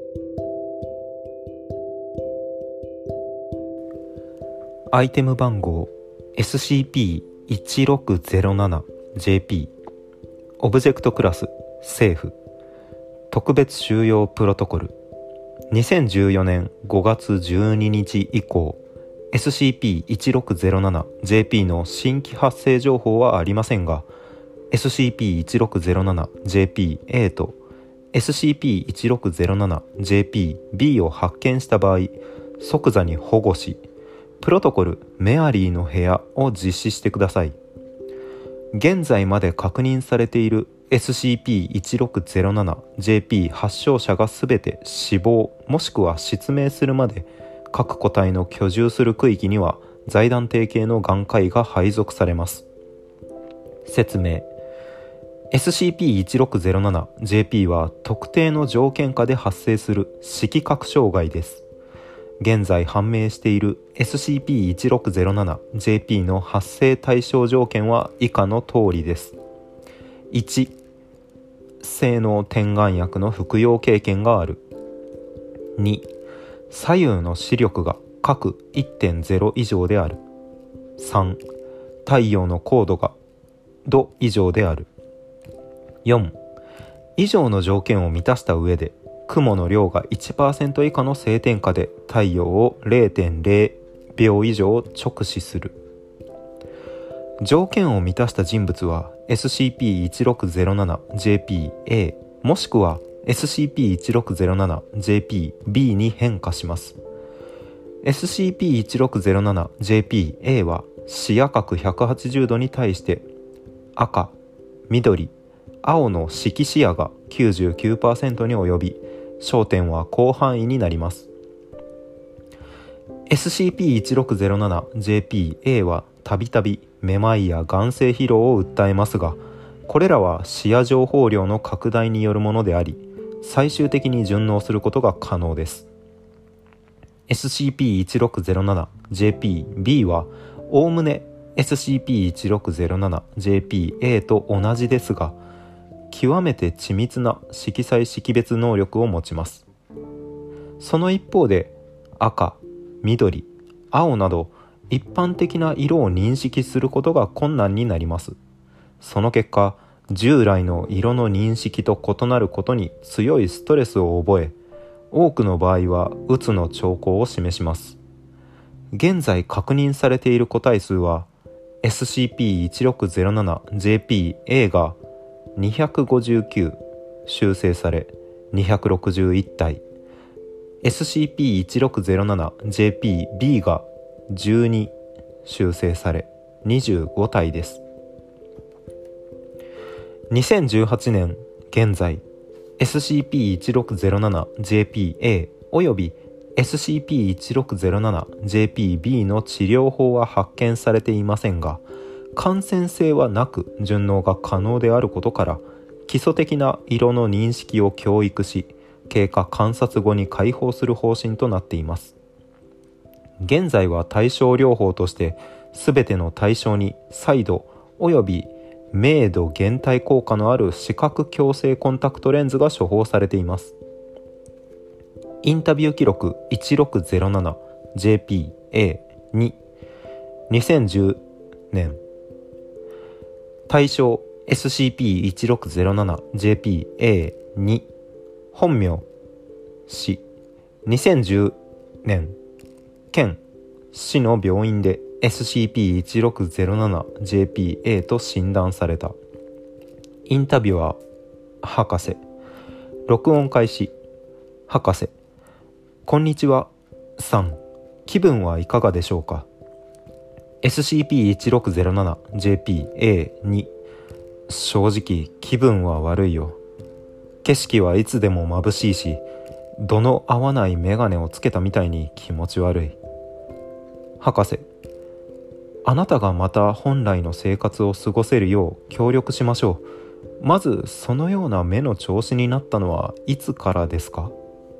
アイテム番号 SCP-1607JP オブジェクトクラス政府特別収容プロトコル2014年5月12日以降 SCP-1607JP の新規発生情報はありませんが SCP-1607JP-A と SCP-1607JP-B を発見した場合即座に保護しプロトコルメアリーの部屋を実施してください。現在まで確認されている SCP-1607JP 発症者がすべて死亡もしくは失明するまで各個体の居住する区域には財団提携の眼科医が配属されます。説明 SCP-1607JP は特定の条件下で発生する色覚障害です。現在判明している SCP-1607JP の発生対象条件は以下の通りです。1、性能点眼薬の服用経験がある。2、左右の視力が各 1.0 以上である。3、太陽の高度が度以上である。4、以上の条件を満たした上で雲の量が 1% 以下の晴天下で太陽を 0.0 秒以上直視する。条件を満たした人物は SCP-1607JP-A もしくは SCP-1607JP-B に変化します。SCP-1607JP-A は視野角180度に対して赤、緑、青の色視野が 99% に及び焦点は広範囲になります。SCP-1607JP-A はたびたびめまいや眼性疲労を訴えますが、これらは視野情報量の拡大によるものであり、最終的に順応することが可能です。SCP-1607JP-B はおおむね SCP-1607JP-A と同じですが、極めて緻密な色彩識別能力を持ちます。その一方で赤、緑、青など一般的な色を認識することが困難になります。その結果、従来の色の認識と異なることに強いストレスを覚え、多くの場合はうつの兆候を示します。現在確認されている個体数は SCP-1607JP-A が259修正され261体、SCP-1607JP-B が12修正され25体です。2018年現在 SCP-1607JP-A および SCP-1607JP-B の治療法は発見されていませんが、感染性はなく順応が可能であることから基礎的な色の認識を教育し、経過観察後に解放する方針となっています。現在は対症療法として全ての対象に再度および明度減退効果のある視覚矯正コンタクトレンズが処方されています。インタビュー記録 1607JP-A に2010年対象 SCP-1607JP-A2 本名氏2010年県市の病院で SCP-1607JP-A と診断された。インタビュアー博士録音開始。博士こんにちはさん、気分はいかがでしょうか。 SCP-1607JP-A2 正直気分は悪いよ。景色はいつでも眩しいし、度の合わないメガネをつけたみたいに気持ち悪い。博士、あなたがまた本来の生活を過ごせるよう協力しましょう。まずそのような目の調子になったのはいつからですか。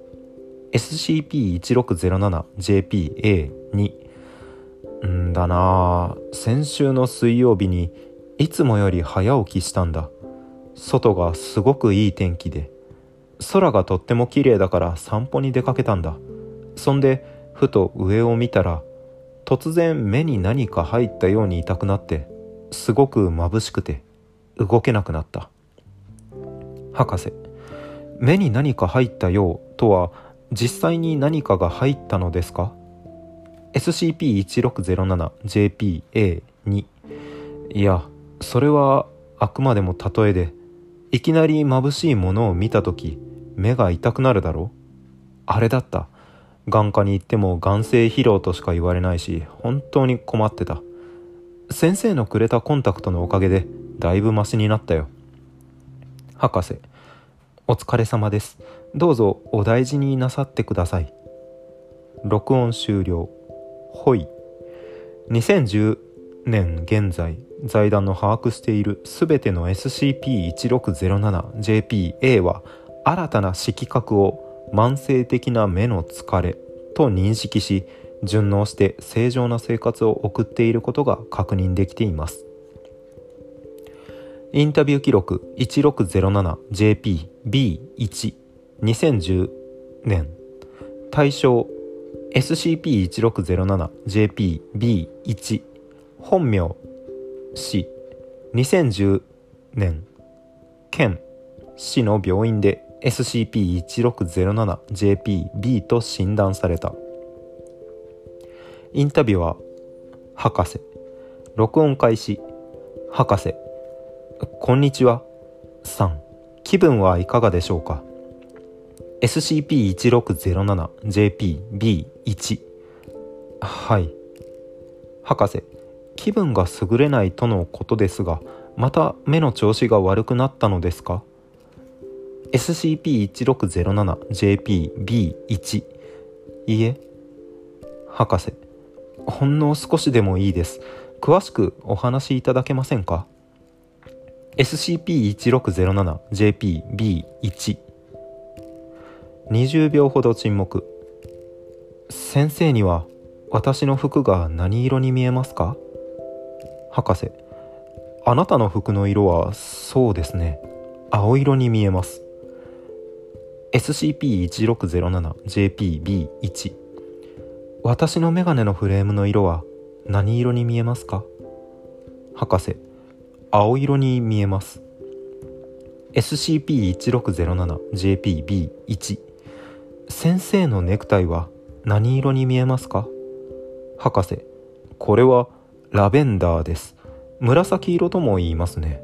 SCP-1607JP-A2 だなぁ、先週の水曜日にいつもより早起きしたんだ。外がすごくいい天気で。 空がとっても綺麗だから散歩に出かけたんだ。そんでふと上を見たら、突然目に何か入ったように痛くなって、すごく眩しくて動けなくなった。博士、目に何か入ったようとは実際に何かが入ったのですか？ SCP-1607-JPA2。 いや、それはあくまでも例えで、いきなり眩しいものを見たとき目が痛くなるだろう。あれだった。眼科に行っても眼性疲労としか言われないし、本当に困ってた。先生のくれたコンタクトのおかげでだいぶマシになったよ。博士、お疲れ様です。どうぞお大事になさってください。録音終了。ほい。2010年現在、財団の把握しているすべての SCP-1607-JPA は新たな色覚を慢性的な目の疲れと認識し、順応して正常な生活を送っていることが確認できています。インタビュー記録 1607-JPB1 2010年、対象 SCP-1607-JPB1、 本名氏、2010年、県市の病院で SCP-1607-JPB と診断された。インタビュアー、博士。録音開始。博士、こんにちは。さん、気分はいかがでしょうか？ SCP-1607-JPB1。 はい。博士、気分が優れないとのことですが、また目の調子が悪くなったのですか？ SCP-1607-JPB1。 いいえ。博士、ほんの少しでもいいです。詳しくお話しいただけませんか？ SCP-1607-JPB1。 20秒ほど沈黙。先生には私の服が何色に見えますか？博士、あなたの服の色はそうですね、青色に見えます。 SCP-1607-JPB1。 私のメガネのフレームの色は何色に見えますか？博士、青色に見えます。 SCP-1607-JPB1。 先生のネクタイは何色に見えますか？博士、これはラベンダーです。紫色とも言いますね。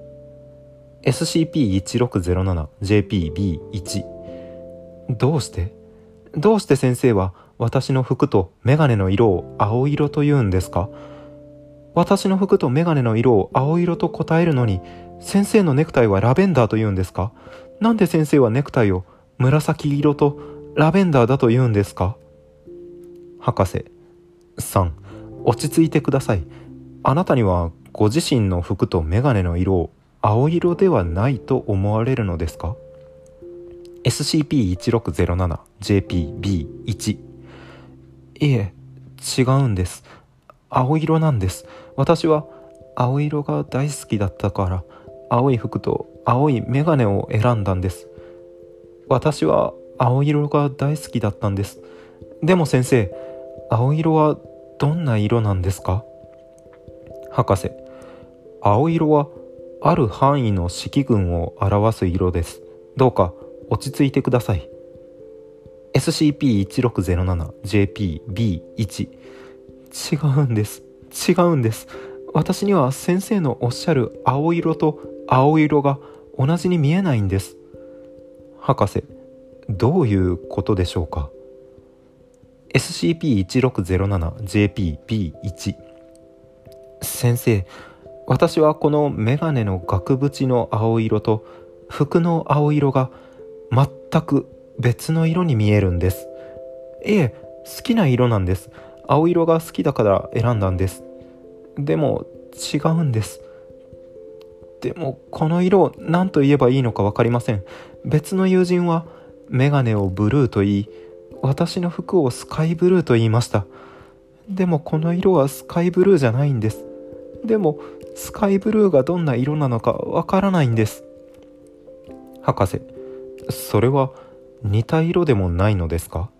SCP-1607-JPB1。 どうして先生は私の服とメガネの色を青色と言うんですか？私の服とメガネの色を青色と答えるのに、先生のネクタイはラベンダーと言うんですか？なんで先生はネクタイを紫色とラベンダーだと言うんですか？博士、さん、落ち着いてください。あなたにはご自身の服とメガネの色を青色ではないと思われるのですか？ SCP-1607-JPB1。 いえ、違うんです。青色なんです。私は青色が大好きだったから青い服と青いメガネを選んだんです。私は青色が大好きだったんです。でも先生、青色はどんな色なんですか？博士、青色はある範囲の色群を表す色です。どうか落ち着いてください。 SCP-1607-JPB1。 違うんです。私には先生のおっしゃる青色と青色が同じに見えないんです。博士、どういうことでしょうか？ SCP-1607-JPB1。 先生、私はこのメガネの額縁の青色と服の青色が全く別の色に見えるんです。いえ、好きな色なんです。青色が好きだから選んだんです。でも違うんです。でもこの色を何と言えばいいのか分かりません。別の友人はメガネをブルーと言い、私の服をスカイブルーと言いました。でもこの色はスカイブルーじゃないんです。でもスカイブルーがどんな色なのかわからないんです。博士、それは似た色でもないのですか？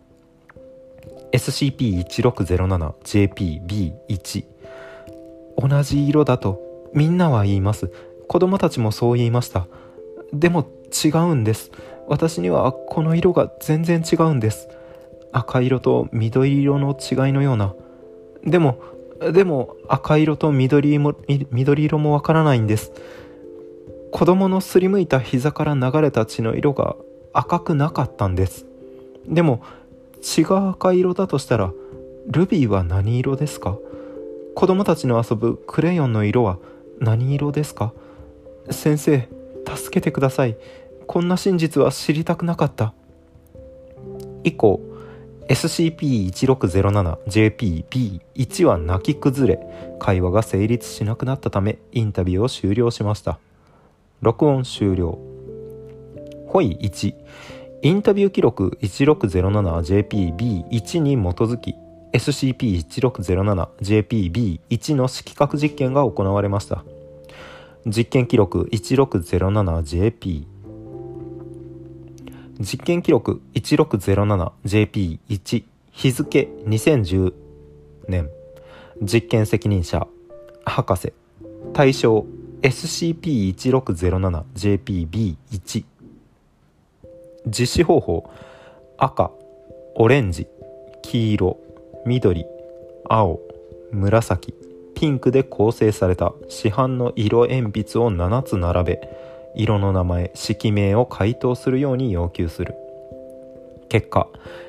SCP-1607-JPB1 同じ色だとみんなは言います。子供たちもそう言いました。でも違うんです。私にはこの色が全然違うんです。赤色と緑色の違いのような。でも赤色と緑色もわからないんです。子供のすりむいた膝から流れた血の色が赤くなかったんです。でも血が赤色だとしたらルビーは何色ですか？子供たちの遊ぶクレヨンの色は何色ですか？先生、助けてください。こんな真実は知りたくなかった。以降 SCP-1607-JPB1 は泣き崩れ、会話が成立しなくなったためインタビューを終了しました。録音終了。ホイ1、インタビュー記録 1607-JPB1 に基づき SCP-1607-JPB1 の色覚実験が行われました。実験記録 1607-JP 実験記録 1607-JP1 日付2010年実験責任者博士対象 SCP-1607-JPB1 実施方法赤、オレンジ、黄色、緑、青、紫、ピンクで構成された市販の色鉛筆を7つ並べ、色の名前、識名を回答するように要求する。結果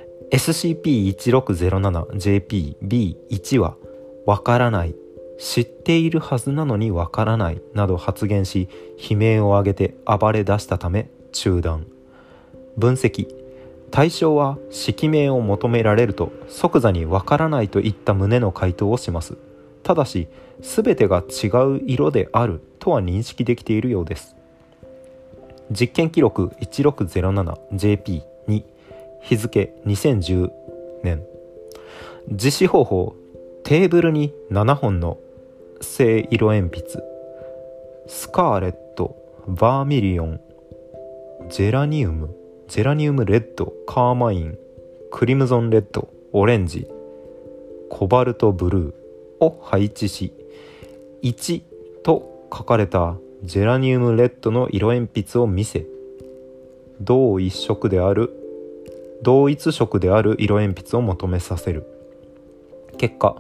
SCP-1607-JPB1 はわからない、知っているはずなのにわからないなど発言し、悲鳴を上げて暴れ出したため中断。分析、対象は識名を求められると即座にわからないといった旨の回答をします。ただし全てが違う色であるとは認識できているようです。実験記録 1607-JP2 日付2010年実施方法テーブルに7本の正色鉛筆、スカーレット、バーミリオン、ジェラニウムレッド、カーマイン、クリムゾンレッド、オレンジ、コバルトブルーを配置し、1と書かれたジェラニウムレッドの色鉛筆を見せ、同一色である色鉛筆を求めさせる。結果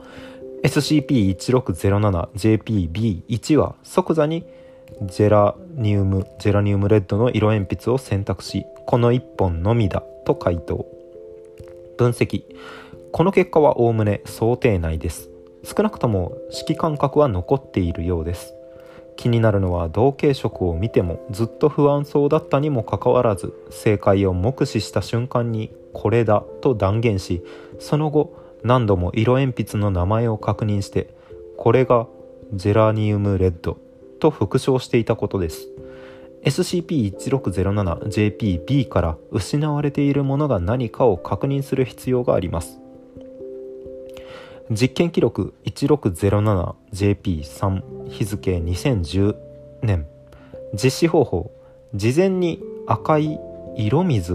SCP-1607-JPB1 は即座にジェラニウムレッドの色鉛筆を選択し、この1本のみだと回答。分析、この結果はおおむね想定内です。少なくとも色感覚は残っているようです。気になるのは同系色を見てもずっと不安そうだったにもかかわらず、正解を目視した瞬間にこれだと断言し、その後何度も色鉛筆の名前を確認して、これがジェラニウムレッドと復唱していたことです。SCP-1607-JPB から失われているものが何かを確認する必要があります。実験記録 1607-JP3 日付2010年実施方法事前に赤い色水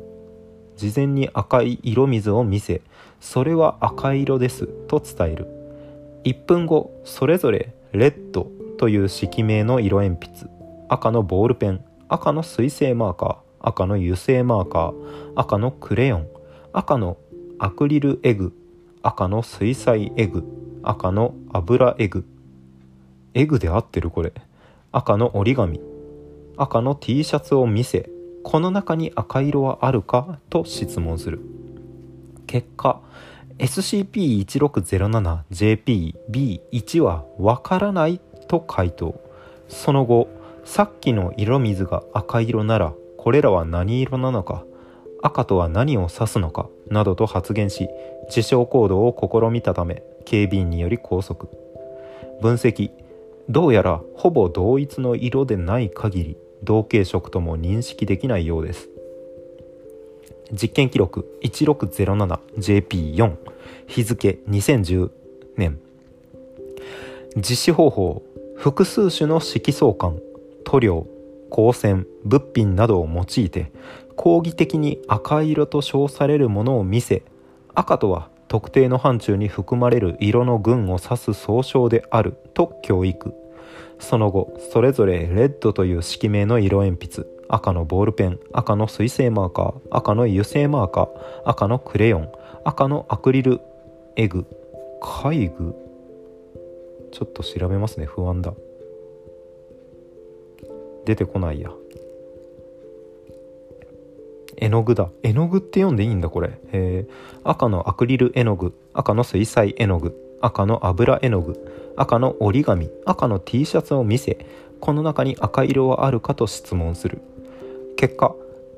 を見せ、それは赤色ですと伝える。1分後それぞれレッドという識名の色鉛筆、赤のボールペン、赤の水性マーカー、赤の油性マーカー、赤のクレヨン、赤のアクリルエグ、赤の水彩エグ、赤の油エグで合ってるこれ、赤の折り紙、赤の T シャツを見せ、この中に赤色はあるかと質問する。結果 SCP-1607-JPB1 はわからないと回答。その後、さっきの色水が赤色ならこれらは何色なのか、赤とは何を指すのかなどと発言し、自傷行動を試みたため警備員により拘束。分析、どうやらほぼ同一の色でない限り同系色とも認識できないようです。実験記録 1607-JP4 日付2010年実施方法複数種の色相環、塗料、光線、物品などを用いて広義的に赤色と称されるものを見せ、赤とは特定の範疇に含まれる色の群を指す総称であると教育。その後、それぞれレッドという識名の色鉛筆、赤のボールペン、赤の水性マーカー、赤の油性マーカー、赤のクレヨン、赤のアクリル絵具、絵具、ちょっと調べますね、不安だ。出てこないや。絵の具だ。絵の具って読んでいいんだこれ。赤のアクリル絵の具、赤の水彩絵の具、赤の油絵の具、赤の折り紙、赤の T シャツを見せ、この中に赤色はあるかと質問する。結果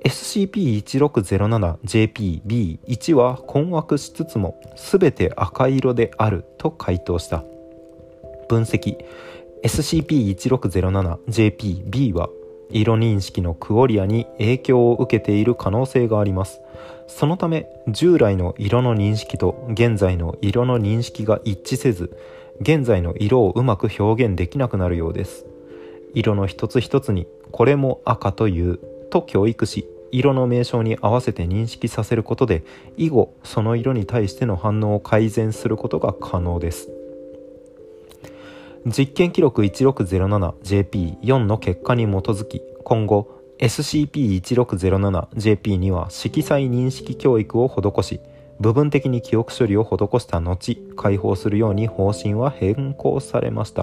SCP-1607-JP-B1 は困惑しつつも全て赤色であると回答した。分析 SCP-1607-JP-B は色認識のクオリアに影響を受けている可能性があります。そのため従来の色の認識と現在の色の認識が一致せず、現在の色をうまく表現できなくなるようです。色の一つ一つにこれも赤というと教育し、色の名称に合わせて認識させることで以後その色に対しての反応を改善することが可能です。実験記録 1607-JP4 の結果に基づき、今後 SCP-1607-JP には色彩認識教育を施し、部分的に記憶処理を施した後開放するように方針は変更されました。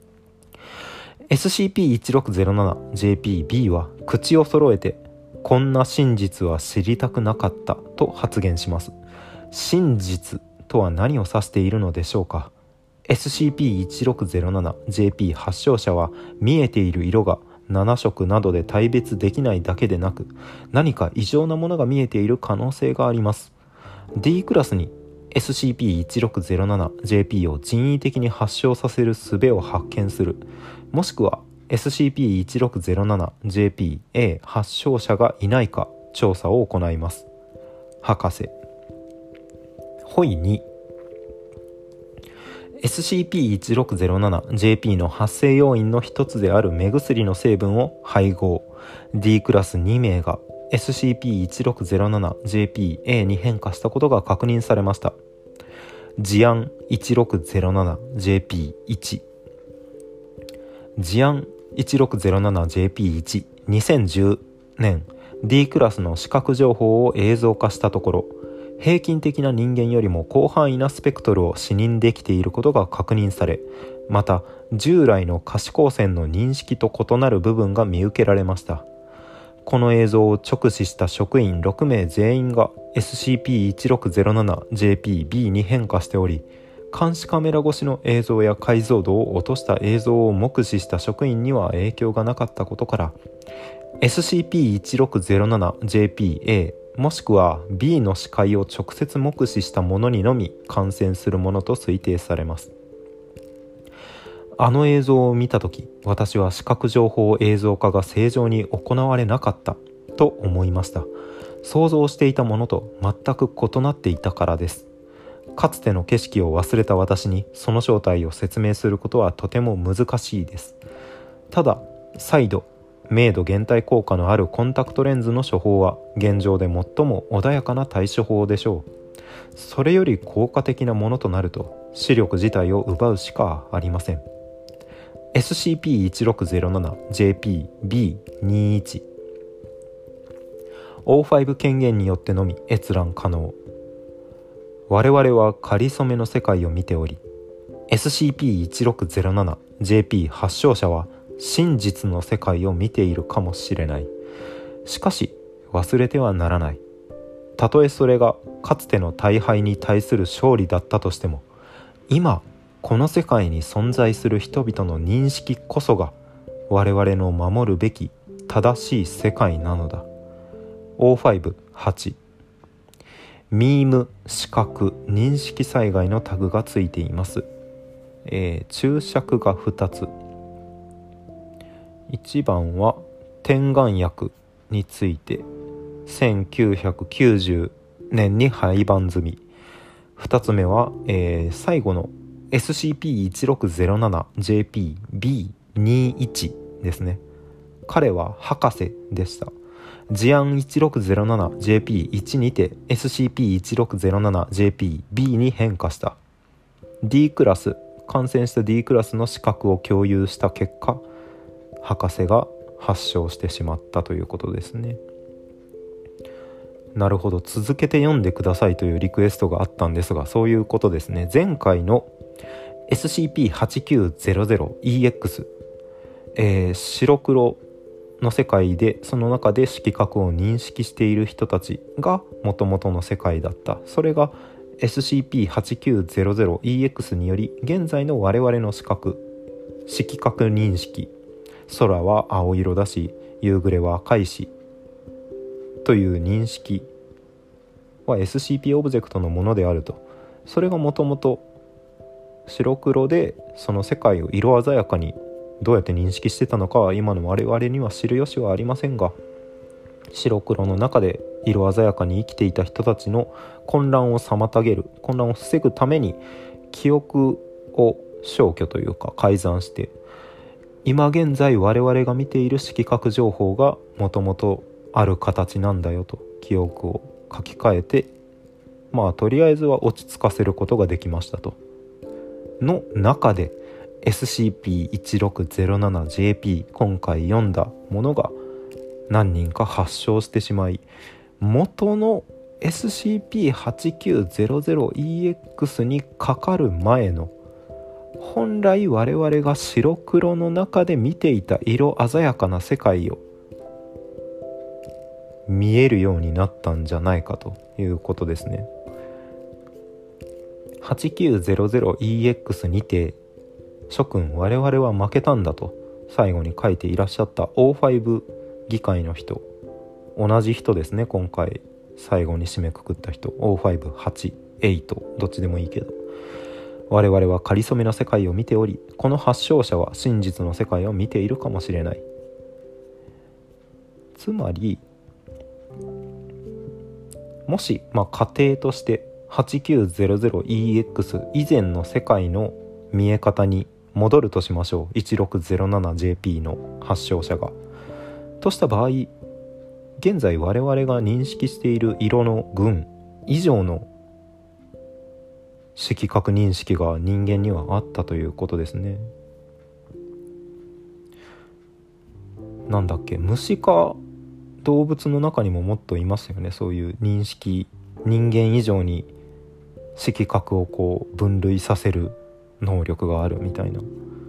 SCP-1607-JP-B は口を揃えてこんな真実は知りたくなかったと発言します。真実とは何を指しているのでしょうか。SCP-1607-JP 発祥者は見えている色が7色などで大別できないだけでなく、何か異常なものが見えている可能性があります。 D クラスに SCP-1607-JP を人為的に発症させる術を発見する、もしくは SCP-1607-JP-A 発症者がいないか調査を行います。博士。ホイ2、SCP-1607-JP の発生要因の一つである目薬の成分を配合。 D クラス2名が SCP-1607-JP-A に変化したことが確認されました。事案 1607-JP1、 事案 1607-JP1、 2010年 D クラスの視覚情報を映像化したところ、平均的な人間よりも広範囲なスペクトルを視認できていることが確認され、また従来の可視光線の認識と異なる部分が見受けられました。この映像を直視した職員6名全員が SCP-1607-JP-B に変化しており、監視カメラ越しの映像や解像度を落とした映像を目視した職員には影響がなかったことから、 SCP-1607-JP-A もしくは B の視界を直接目視したものにのみ感染するものと推定されます。あの映像を見たとき、私は視覚情報映像化が正常に行われなかったと思いました。想像していたものと全く異なっていたからです。かつての景色を忘れた私にその正体を説明することはとても難しいです。ただ、再度明度減退効果のあるコンタクトレンズの処方は現状で最も穏やかな対処法でしょう。それより効果的なものとなると視力自体を奪うしかありません。 SCP-1607-JP-B21、 O5 権限によってのみ閲覧可能。我々は仮初めの世界を見ており、 SCP-1607-JP 発祥者は真実の世界を見ているかもしれない。しかし忘れてはならない。たとえそれがかつての大敗に対する勝利だったとしても、今この世界に存在する人々の認識こそが我々の守るべき正しい世界なのだ。 O5-8、 ミーム視覚認識災害のタグがついています。注釈が2つ。1番は点眼薬について1990年に廃盤済み。2つ目は、最後の SCP-1607-JP-B21 ですね。彼は博士でした。 事案 1607JP1 にて SCP-1607JP-B に変化した。 D クラス、感染した D クラスの資格を共有した結果、博士が発症してしまったということですね。なるほど、続けて読んでくださいというリクエストがあったんですが、そういうことですね。前回の SCP-8900EX、白黒の世界で、その中で色覚を認識している人たちが元々の世界だった。それが SCP-8900EX により、現在の我々の色覚認識、空は青色だし夕暮れは赤いしという認識は SCP オブジェクトのものであると。それがもともと白黒で、その世界を色鮮やかにどうやって認識してたのかは今の我々には知る由はありませんが、白黒の中で色鮮やかに生きていた人たちの混乱を妨げる、混乱を防ぐために記憶を消去というか改ざんして、今現在我々が見ている色覚情報がもともとある形なんだよと記憶を書き換えて、とりあえずは落ち着かせることができましたと。の中で SCP-1607JP、 今回読んだものが何人か発症してしまい、元の SCP-8900EX にかかる前の本来我々が白黒の中で見ていた色鮮やかな世界を見えるようになったんじゃないかということですね。 8900EX にて諸君我々は負けたんだと最後に書いていらっしゃった O5 議会の人、同じ人ですね。今回最後に締めくくった人、 O5、8、8どっちでもいいけど、我々は仮初めの世界を見ており、この発症者は真実の世界を見ているかもしれない。つまりもし、仮定として 8900EX 以前の世界の見え方に戻るとしましょう。 1607JP の発症者がとした場合、現在我々が認識している色の群以上の色覚認識が人間にはあったということですね。なんだっけ、虫か動物の中にももっといますよね、そういう認識、人間以上に色覚をこう分類させる能力があるみたいな。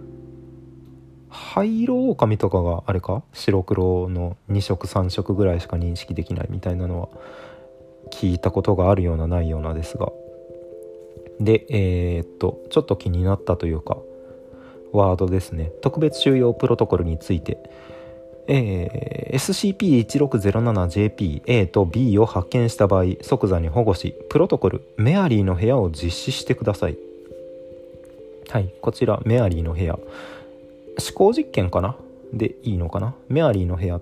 灰色狼とかがあれか、白黒の2色3色ぐらいしか認識できないみたいなのは聞いたことがあるようなないようなですが、でちょっと気になったというかワードですね。特別収容プロトコルについて、SCP-1607JP-A と B を発見した場合、即座に保護し、プロトコルメアリーの部屋を実施してください。はい、こちらメアリーの部屋、思考実験かなでいいのかな。メアリーの部屋、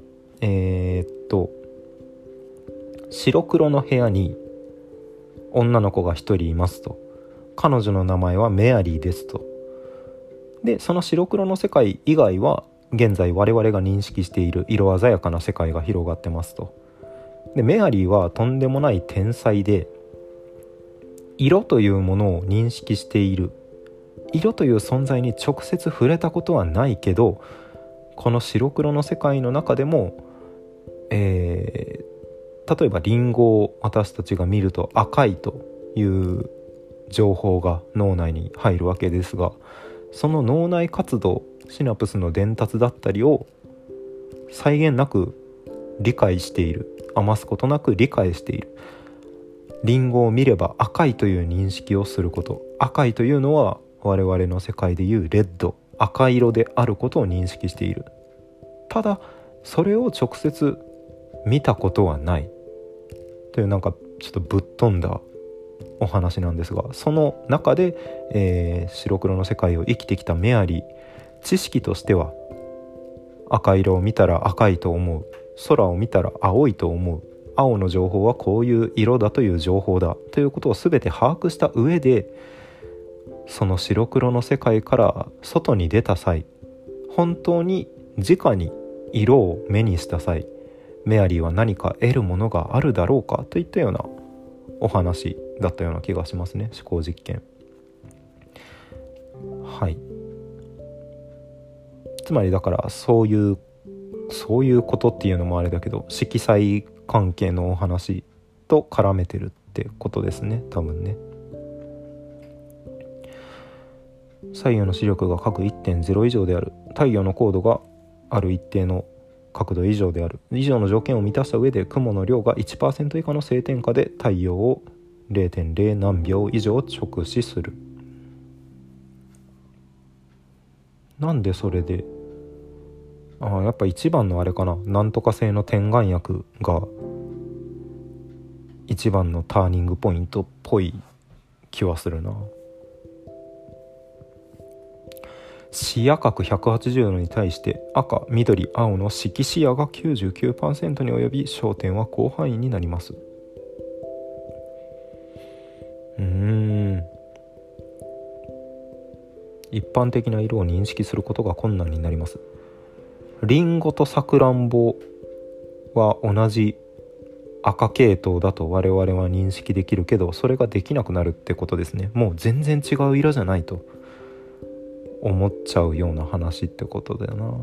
白黒の部屋に女の子が一人いますと。彼女の名前はメアリーですと。でその白黒の世界以外は現在我々が認識している色鮮やかな世界が広がってますと。でメアリーはとんでもない天才で、色というものを認識している、色という存在に直接触れたことはないけど、この白黒の世界の中でも、例えばリンゴを私たちが見ると赤いという情報が脳内に入るわけですが、その脳内活動、シナプスの伝達だったりを際限なく理解している、余すことなく理解している。リンゴを見れば赤いという認識をすること、赤いというのは我々の世界でいうレッド、赤色であることを認識している。ただそれを直接見たことはないという、なんかちょっとぶっ飛んだお話なんですが、その中で、白黒の世界を生きてきたメアリー、知識としては赤色を見たら赤いと思う、空を見たら青いと思う、青の情報はこういう色だという情報だということを全て把握した上で、その白黒の世界から外に出た際、本当に直に色を目にした際、 メアリーは何か得るものがあるだろうかといったようなお話だったような気がしますね。思考実験。はい。つまりだからそういうことっていうのもあれだけど、色彩関係のお話と絡めてるってことですね、多分ね。左右の視力が各 1.0 以上である、太陽の高度がある一定の角度以上である以上の条件を満たした上で、雲の量が 1% 以下の晴天下で太陽を 0.0 何秒以上直視する。なんでそれで、やっぱ一番のあれかな、なんとか性の点眼薬が一番のターニングポイントっぽい気はするな。視野角180度に対して赤、緑、青の色視野が 99% に及び、焦点は広範囲になります。一般的な色を認識することが困難になります。リンゴとサクランボは同じ赤系統だと我々は認識できるけど、それができなくなるってことですね。もう全然違う色じゃないと思っちゃうような話ってことだよな。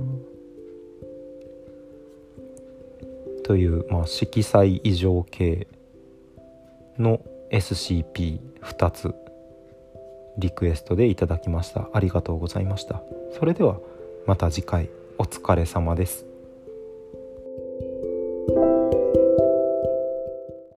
という、色彩異常系の SCP-2 つリクエストでいただきました。ありがとうございました。それではまた次回、お疲れ様です。